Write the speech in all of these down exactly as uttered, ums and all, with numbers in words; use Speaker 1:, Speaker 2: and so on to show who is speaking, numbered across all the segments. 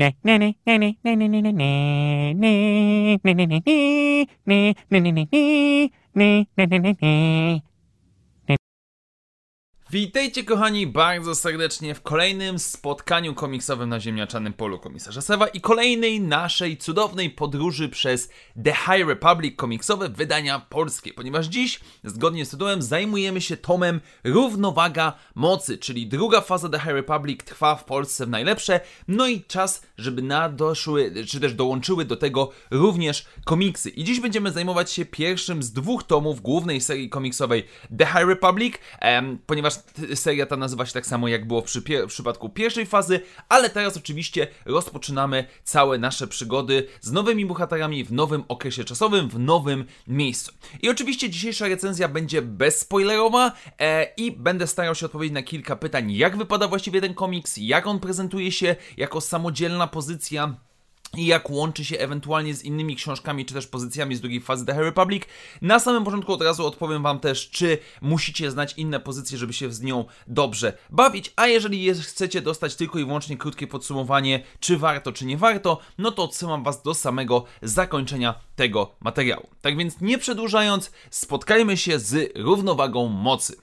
Speaker 1: Witajcie kochani bardzo serdecznie w kolejnym spotkaniu komiksowym na ziemniaczanym polu komisarza Sewa i kolejnej naszej cudownej podróży przez The High Republic komiksowe wydania polskie, ponieważ dziś, zgodnie z tytułem, zajmujemy się tomem Równowaga Mocy, czyli druga faza The High Republic trwa w Polsce w najlepsze, no i czas, żeby nadoszły, czy też dołączyły do tego również komiksy. I dziś będziemy zajmować się pierwszym z dwóch tomów głównej serii komiksowej The High Republic, em, ponieważ seria ta nazywa się tak samo, jak było w, przypie- w przypadku pierwszej fazy, ale teraz oczywiście rozpoczynamy całe nasze przygody z nowymi bohaterami w nowym okresie czasowym, w nowym miejscu. I oczywiście dzisiejsza recenzja będzie bezspoilerowa e, i będę starał się odpowiedzieć na kilka pytań, jak wypada właściwie ten komiks, jak on prezentuje się jako samodzielna pozycja i jak łączy się ewentualnie z innymi książkami, czy też pozycjami z drugiej fazy The High Republic. Na samym początku od razu odpowiem wam też, czy musicie znać inne pozycje, żeby się z nią dobrze bawić, a jeżeli jest, chcecie dostać tylko i wyłącznie krótkie podsumowanie, czy warto, czy nie warto, no to odsyłam was do samego zakończenia tego materiału. Tak więc nie przedłużając, spotkajmy się z Równowagą Mocy.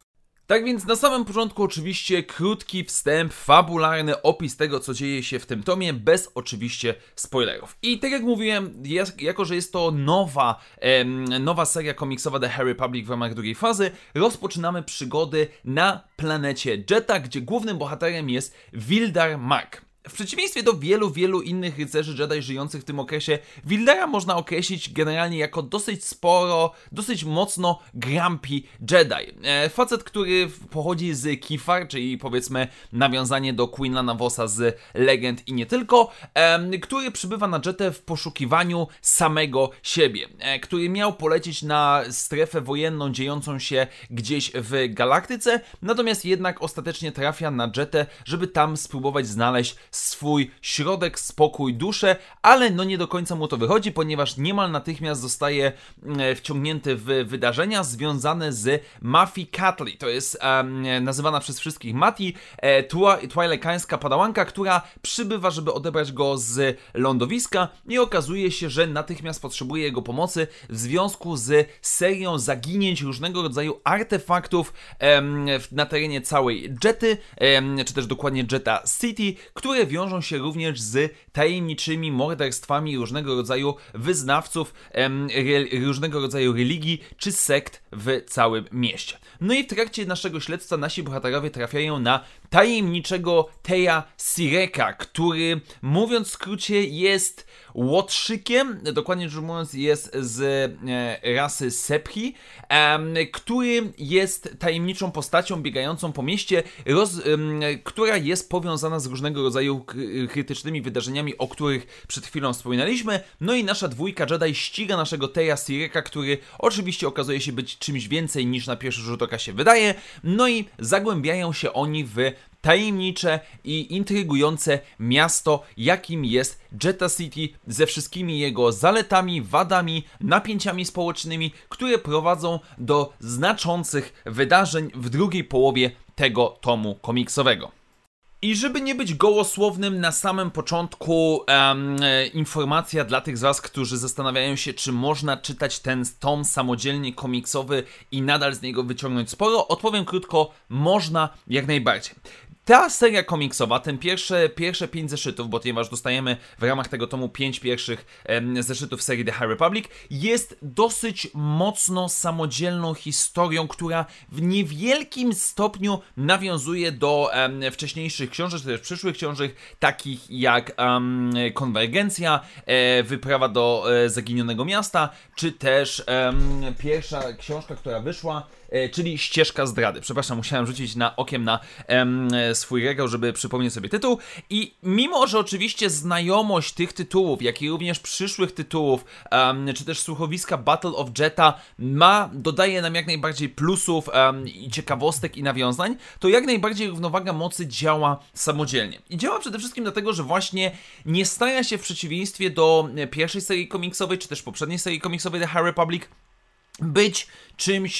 Speaker 1: Tak więc na samym początku oczywiście krótki wstęp, fabularny opis tego, co dzieje się w tym tomie, bez oczywiście spoilerów. I tak jak mówiłem, jest, jako że jest to nowa, em, nowa seria komiksowa The High Republic w ramach drugiej fazy, rozpoczynamy przygody na planecie Jedha, gdzie głównym bohaterem jest Wildar Mark. W przeciwieństwie do wielu, wielu innych rycerzy Jedi żyjących w tym okresie, Wildara można określić generalnie jako dosyć sporo, dosyć mocno grumpy Jedi. E, facet, który pochodzi z Kifar, czyli powiedzmy nawiązanie do Quinlana Vossa z Legend i nie tylko, e, który przybywa na Jedhę w poszukiwaniu samego siebie, e, który miał polecieć na strefę wojenną dziejącą się gdzieś w galaktyce, natomiast jednak ostatecznie trafia na Jedhę, żeby tam spróbować znaleźć swój środek, spokój, duszę, ale no nie do końca mu to wychodzi, ponieważ niemal natychmiast zostaje e, wciągnięty w wydarzenia związane z Mafi Catley. To jest e, nazywana przez wszystkich Mati, e, twilekańska padałanka, która przybywa, żeby odebrać go z lądowiska i okazuje się, że natychmiast potrzebuje jego pomocy w związku z serią zaginięć różnego rodzaju artefaktów e, na terenie całej Jedhy, e, czy też dokładnie Jedha City, które wiążą się również z tajemniczymi morderstwami różnego rodzaju wyznawców em, re, różnego rodzaju religii czy sekt w całym mieście. No i w trakcie naszego śledztwa nasi bohaterowie trafiają na tajemniczego Teja Sireka, który, mówiąc w skrócie, jest łotrzykiem, dokładnie rzecz mówiąc jest z e, rasy Sephi, e, który jest tajemniczą postacią biegającą po mieście, roz, e, która jest powiązana z różnego rodzaju krytycznymi wydarzeniami, o których przed chwilą wspominaliśmy. No i nasza dwójka Jedi ściga naszego Teja Sireka, który oczywiście okazuje się być czymś więcej niż na pierwszy rzut oka się wydaje. No i zagłębiają się oni w tajemnicze i intrygujące miasto, jakim jest Jedha City, ze wszystkimi jego zaletami, wadami, napięciami społecznymi, które prowadzą do znaczących wydarzeń w drugiej połowie tego tomu komiksowego. I żeby nie być gołosłownym na samym początku, um, informacja dla tych z was, którzy zastanawiają się, czy można czytać ten tom samodzielnie komiksowy i nadal z niego wyciągnąć sporo, odpowiem krótko, można jak najbardziej. Ta seria komiksowa, ten pierwsze, pierwsze pięć zeszytów, bo ponieważ dostajemy w ramach tego tomu pięć pierwszych em, zeszytów serii The High Republic, jest dosyć mocno samodzielną historią, która w niewielkim stopniu nawiązuje do em, wcześniejszych książek, czy też przyszłych książek, takich jak em, Konwergencja, e, Wyprawa do e, Zaginionego Miasta, czy też em, pierwsza książka, która wyszła, e, czyli Ścieżka Zdrady. Przepraszam, musiałem rzucić na okiem na em, swój regał, żeby przypomnieć sobie tytuł. I mimo, że oczywiście znajomość tych tytułów, jak i również przyszłych tytułów, um, czy też słuchowiska Battle of Jedha ma, dodaje nam jak najbardziej plusów um, i ciekawostek i nawiązań, to jak najbardziej Równowaga Mocy działa samodzielnie. I działa przede wszystkim dlatego, że właśnie nie stara się w przeciwieństwie do pierwszej serii komiksowej, czy też poprzedniej serii komiksowej The High Republic być czymś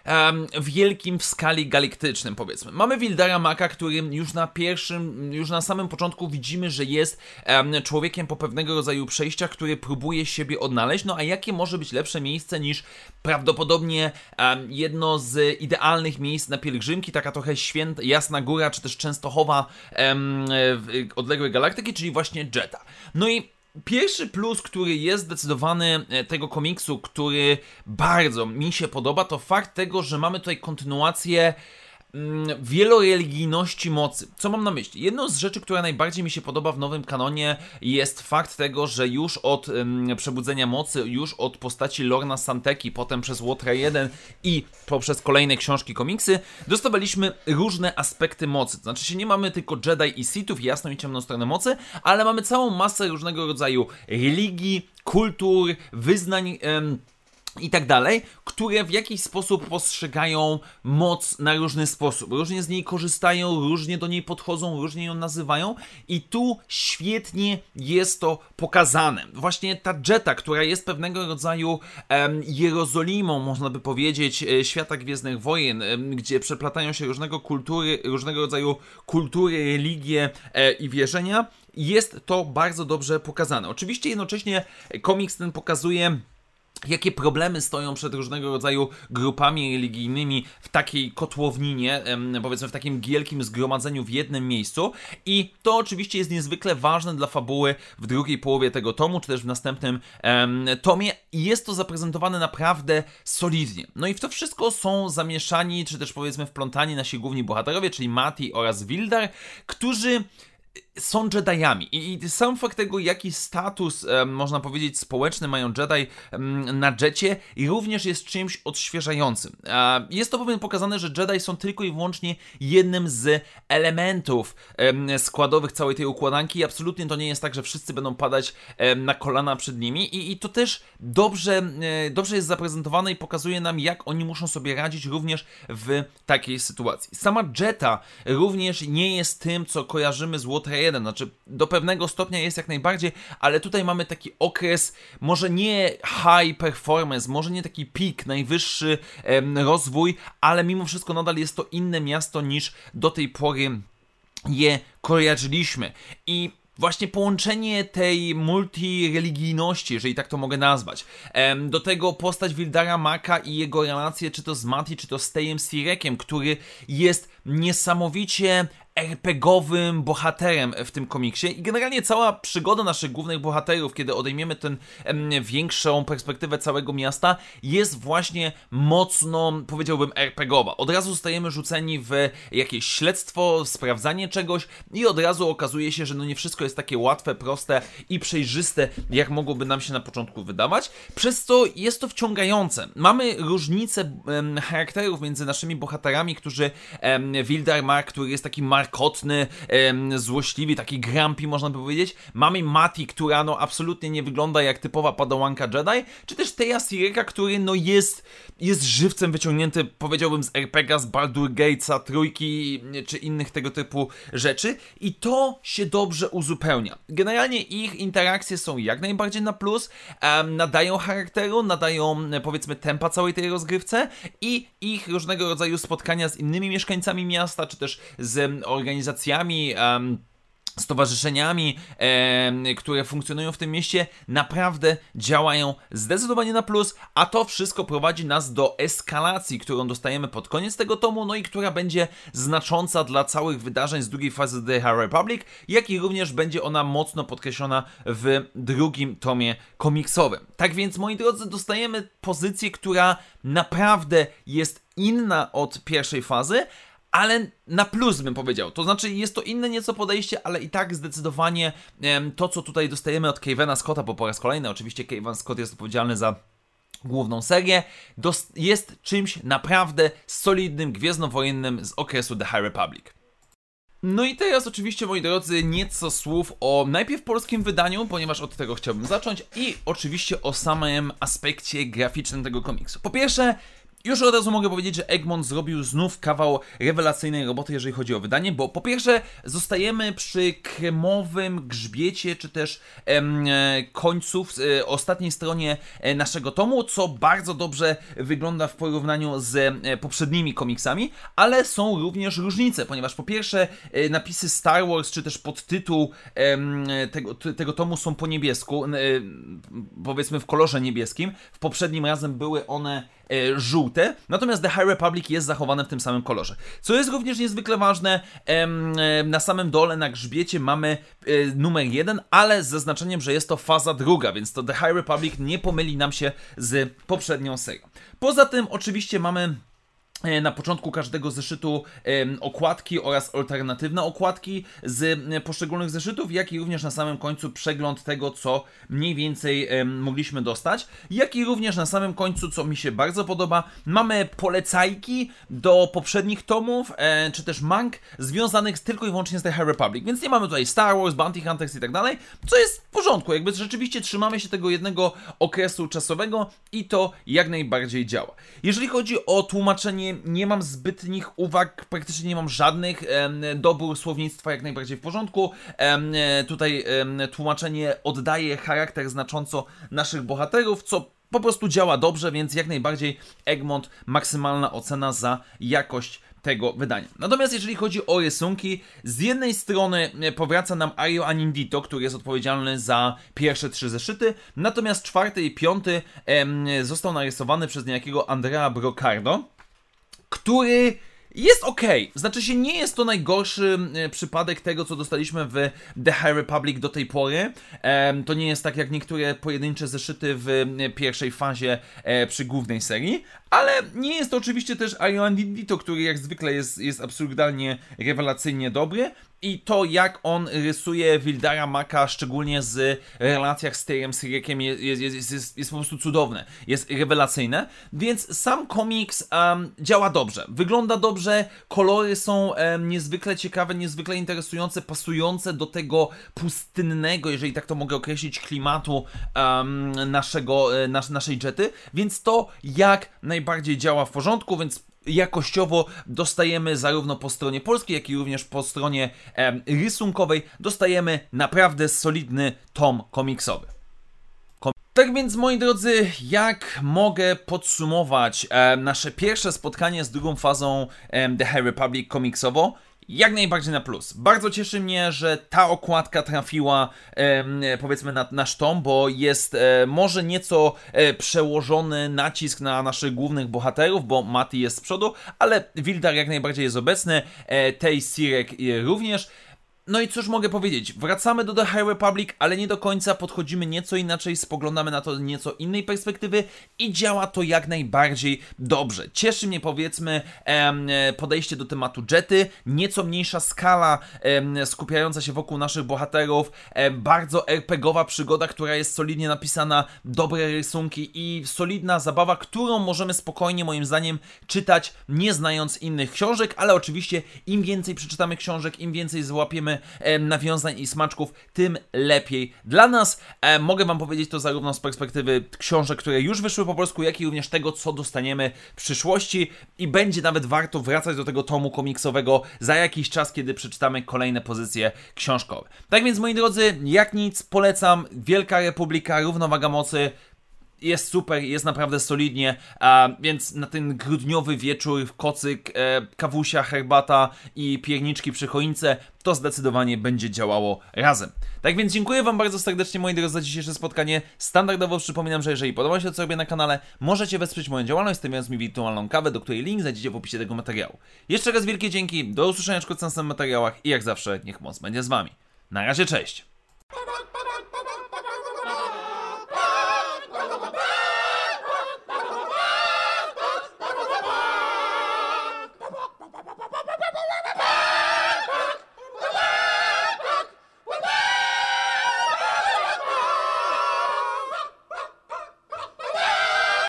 Speaker 1: um, wielkim w skali galaktycznym, powiedzmy. Mamy Wildara Maka, który już na pierwszym, już na samym początku widzimy, że jest um, człowiekiem po pewnego rodzaju przejściach, który próbuje siebie odnaleźć. No a jakie może być lepsze miejsce niż prawdopodobnie um, jedno z idealnych miejsc na pielgrzymki, taka trochę święta, Jasna Góra, czy też Częstochowa um, odległej galaktyki, czyli właśnie Jedha. No i pierwszy plus, który jest zdecydowany tego komiksu, który bardzo mi się podoba, to fakt tego, że mamy tutaj kontynuację mm, wieloreligijności mocy. Co mam na myśli? Jedną z rzeczy, która najbardziej mi się podoba w nowym kanonie, jest fakt tego, że już od mm, Przebudzenia Mocy, już od postaci Lorna Santeki, potem przez Łotra jeden i poprzez kolejne książki, komiksy, dostawaliśmy różne aspekty mocy. To znaczy się, nie mamy tylko Jedi i Sithów, jasną i ciemną stronę mocy, ale mamy całą masę różnego rodzaju religii, kultur, wyznań, em, i tak dalej, które w jakiś sposób postrzegają moc na różny sposób. Różnie z niej korzystają, różnie do niej podchodzą, różnie ją nazywają i tu świetnie jest to pokazane. Właśnie ta Jedha, która jest pewnego rodzaju em, Jerozolimą, można by powiedzieć, e, świata Gwiezdnych Wojen, e, gdzie przeplatają się różnego kultury, różnego rodzaju kultury, religie e, i wierzenia, jest to bardzo dobrze pokazane. Oczywiście jednocześnie komiks ten pokazuje, jakie problemy stoją przed różnego rodzaju grupami religijnymi w takiej kotłowninie, powiedzmy w takim wielkim zgromadzeniu w jednym miejscu, i to oczywiście jest niezwykle ważne dla fabuły w drugiej połowie tego tomu, czy też w następnym em, tomie, i jest to zaprezentowane naprawdę solidnie. No i w to wszystko są zamieszani, czy też powiedzmy wplątani nasi główni bohaterowie, czyli Mati oraz Wildar, którzy są Jediami. I, I sam fakt tego, jaki status, e, można powiedzieć, społeczny mają Jedi e, na Jedzie, i również jest czymś odświeżającym. E, jest to bowiem pokazane, że Jedi są tylko i wyłącznie jednym z elementów e, składowych całej tej układanki, i absolutnie to nie jest tak, że wszyscy będą padać e, na kolana przed nimi, i, i to też dobrze, e, dobrze jest zaprezentowane i pokazuje nam, jak oni muszą sobie radzić również w takiej sytuacji. Sama Jedha również nie jest tym, co kojarzymy z Łotra jeden, znaczy do pewnego stopnia jest jak najbardziej, ale tutaj mamy taki okres, może nie high performance, może nie taki peak, najwyższy em, rozwój, ale mimo wszystko nadal jest to inne miasto niż do tej pory je kojarzyliśmy. I właśnie połączenie tej multireligijności, jeżeli tak to mogę nazwać, do tego postać Wildara Maka i jego relacje, czy to z Mati, czy to z Tejem Sirekiem, który jest niesamowicie er pe gie owym bohaterem w tym komiksie, i generalnie cała przygoda naszych głównych bohaterów, kiedy odejmiemy tę większą perspektywę całego miasta, jest właśnie mocno, powiedziałbym, er pe gie owa. Od razu zostajemy rzuceni w jakieś śledztwo, sprawdzanie czegoś, i od razu okazuje się, że no nie wszystko jest takie łatwe, proste i przejrzyste, jak mogłoby nam się na początku wydawać, przez co jest to wciągające. Mamy różnice em, charakterów między naszymi bohaterami, którzy em, Wildar Mak, który jest taki markotny, em, złośliwy, taki grumpy, można by powiedzieć. Mamy Mati, która no absolutnie nie wygląda jak typowa padałanka Jedi, czy też Teja Sireka, który no jest, jest żywcem wyciągnięty, powiedziałbym, z er pe gie a, z Baldur Gatesa, Trójki, czy innych tego typu rzeczy, i to się dobrze uzupełnia. Generalnie ich interakcje są jak najbardziej na plus, em, nadają charakteru, nadają, powiedzmy, tempa całej tej rozgrywce, i ich różnego rodzaju spotkania z innymi mieszkańcami miasta, czy też z organizacjami, um, stowarzyszeniami, e, które funkcjonują w tym mieście, naprawdę działają zdecydowanie na plus, a to wszystko prowadzi nas do eskalacji, którą dostajemy pod koniec tego tomu, no i która będzie znacząca dla całych wydarzeń z drugiej fazy The High Republic, jak i również będzie ona mocno podkreślona w drugim tomie komiksowym. Tak więc, moi drodzy, dostajemy pozycję, która naprawdę jest inna od pierwszej fazy, ale na plus bym powiedział. To znaczy jest to inne nieco podejście, ale i tak zdecydowanie em, to, co tutaj dostajemy od Kevina Scotta, bo po raz kolejny oczywiście Kevin Scott jest odpowiedzialny za główną serię, jest czymś naprawdę solidnym, gwiezdnowojennym z okresu The High Republic. No i teraz oczywiście, moi drodzy, nieco słów o najpierw polskim wydaniu, ponieważ od tego chciałbym zacząć, i oczywiście o samym aspekcie graficznym tego komiksu. Po pierwsze, Już od razu mogę powiedzieć, że Egmont zrobił znów kawał rewelacyjnej roboty, jeżeli chodzi o wydanie, bo po pierwsze zostajemy przy kremowym grzbiecie, czy też em, końców, e, ostatniej stronie e, naszego tomu, co bardzo dobrze wygląda w porównaniu z e, poprzednimi komiksami, ale są również różnice, ponieważ po pierwsze e, napisy Star Wars, czy też podtytuł e, tego, tego tomu są po niebiesku, e, powiedzmy w kolorze niebieskim. W poprzednim razem były one e, żółte, natomiast The High Republic jest zachowane w tym samym kolorze. Co jest również niezwykle ważne, em, em, na samym dole, na grzbiecie mamy e, numer jeden, ale z zaznaczeniem, że jest to faza druga, więc to The High Republic nie pomyli nam się z poprzednią serią. Poza tym oczywiście mamy na początku każdego zeszytu um, okładki oraz alternatywne okładki z um, poszczególnych zeszytów, jak i również na samym końcu przegląd tego, co mniej więcej um, mogliśmy dostać, jak i również na samym końcu, co mi się bardzo podoba, mamy polecajki do poprzednich tomów, e, czy też mang związanych tylko i wyłącznie z The High Republic, więc nie mamy tutaj Star Wars, Bounty Hunters i tak dalej, co jest w porządku, jakby rzeczywiście trzymamy się tego jednego okresu czasowego i to jak najbardziej działa. Jeżeli chodzi o tłumaczenie, nie mam zbytnich uwag, praktycznie nie mam żadnych. Dobór słownictwa jak najbardziej w porządku. Tutaj tłumaczenie oddaje charakter znacząco naszych bohaterów, co po prostu działa dobrze, więc jak najbardziej Egmont maksymalna ocena za jakość tego wydania. Natomiast jeżeli chodzi o rysunki, z jednej strony powraca nam Ario Anindito, który jest odpowiedzialny za pierwsze trzy zeszyty, natomiast czwarty i piąty em, został narysowany przez niejakiego Andrea Brocardo, który jest ok. Znaczy się, nie jest to najgorszy e, przypadek tego, co dostaliśmy w The High Republic do tej pory. E, to nie jest tak jak niektóre pojedyncze zeszyty w e, pierwszej fazie e, przy głównej serii, ale nie jest to oczywiście też Ario Anindito, który jak zwykle jest, jest absurdalnie, rewelacyjnie dobry. I to, jak on rysuje Wildara Maka, szczególnie z relacjach z Tyrem Syrekiem, jest, jest, jest, jest, jest po prostu cudowne. Jest rewelacyjne. Więc sam komiks um, działa dobrze. Wygląda dobrze, kolory są um, niezwykle ciekawe, niezwykle interesujące, pasujące do tego pustynnego, jeżeli tak to mogę określić, klimatu um, naszego, nas, naszej Jety. Więc to jak najbardziej działa w porządku, więc jakościowo dostajemy zarówno po stronie polskiej, jak i również po stronie e, rysunkowej dostajemy naprawdę solidny tom komiksowy. Kom tak więc, moi drodzy, jak mogę podsumować e, nasze pierwsze spotkanie z drugą fazą e, The High Republic komiksowo? Jak najbardziej na plus. Bardzo cieszy mnie, że ta okładka trafiła e, powiedzmy na nasz tom, bo jest e, może nieco e, przełożony nacisk na naszych głównych bohaterów, bo Mati jest z przodu, ale Wildar jak najbardziej jest obecny, e, Tej Sirek również. No i cóż mogę powiedzieć, wracamy do The High Republic, ale nie do końca, podchodzimy nieco inaczej, spoglądamy na to nieco innej perspektywy i działa to jak najbardziej dobrze. Cieszy mnie, powiedzmy, em, podejście do tematu Jety, nieco mniejsza skala em, skupiająca się wokół naszych bohaterów, em, bardzo er pe gie owa przygoda, która jest solidnie napisana, dobre rysunki i solidna zabawa, którą możemy spokojnie, moim zdaniem, czytać, nie znając innych książek, ale oczywiście im więcej przeczytamy książek, im więcej złapiemy E, nawiązań i smaczków, tym lepiej dla nas. E, mogę wam powiedzieć to zarówno z perspektywy książek, które już wyszły po polsku, jak i również tego, co dostaniemy w przyszłości i będzie nawet warto wracać do tego tomu komiksowego za jakiś czas, kiedy przeczytamy kolejne pozycje książkowe. Tak więc, moi drodzy, jak nic, polecam. Wielka Republika, Równowaga Mocy. Jest super, jest naprawdę solidnie, a więc na ten grudniowy wieczór, kocyk, e, kawusia, herbata i pierniczki przy choince, to zdecydowanie będzie działało razem. Tak więc dziękuję wam bardzo serdecznie, moi drodzy, za dzisiejsze spotkanie. Standardowo przypominam, że jeżeli podoba się to, co robię na kanale, możecie wesprzeć moją działalność, stawiając mi wirtualną kawę, do której link znajdziecie w opisie tego materiału. Jeszcze raz wielkie dzięki, do usłyszenia w następnych materiałach i jak zawsze niech moc będzie z wami. Na razie, cześć!